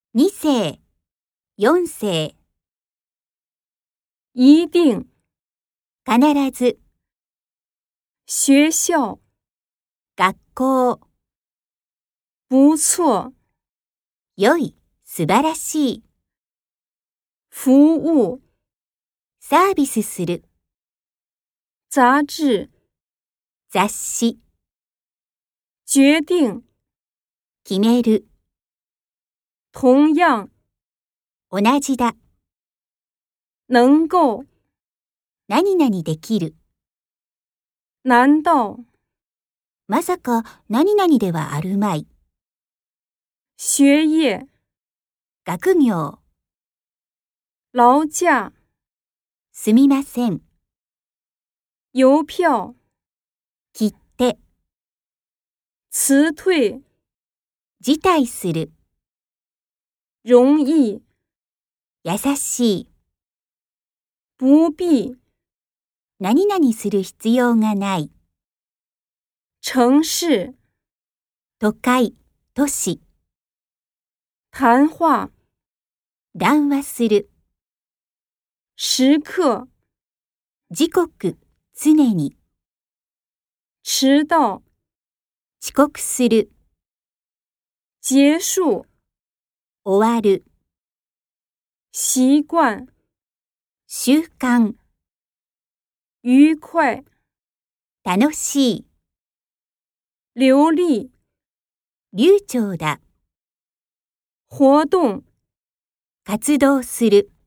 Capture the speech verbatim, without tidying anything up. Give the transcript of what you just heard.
に世、よん世。 一定、 必ず。 学校、 学校。 不错、 良い、素晴らしい。 服務、 サービスする。 杂志、 雑誌。 决定、 決める。 同样、 同じだ。 能够、 何々できる。 难道、 まさか何々ではあるまい。 学业、 学業。 劳驾、 すみません。 邮票、 切手。 辞退、 辞退する。 容易、 優しい。 不必、 何々する必要がない。 城市、 都会、都市。 談話、 談話する。 時刻、 時刻、常に。 迟到、 遅刻する。 結束、 終わる。 習慣、 習慣。 愉快、 楽しい。 流利、 流暢だ。 活動、 活動する。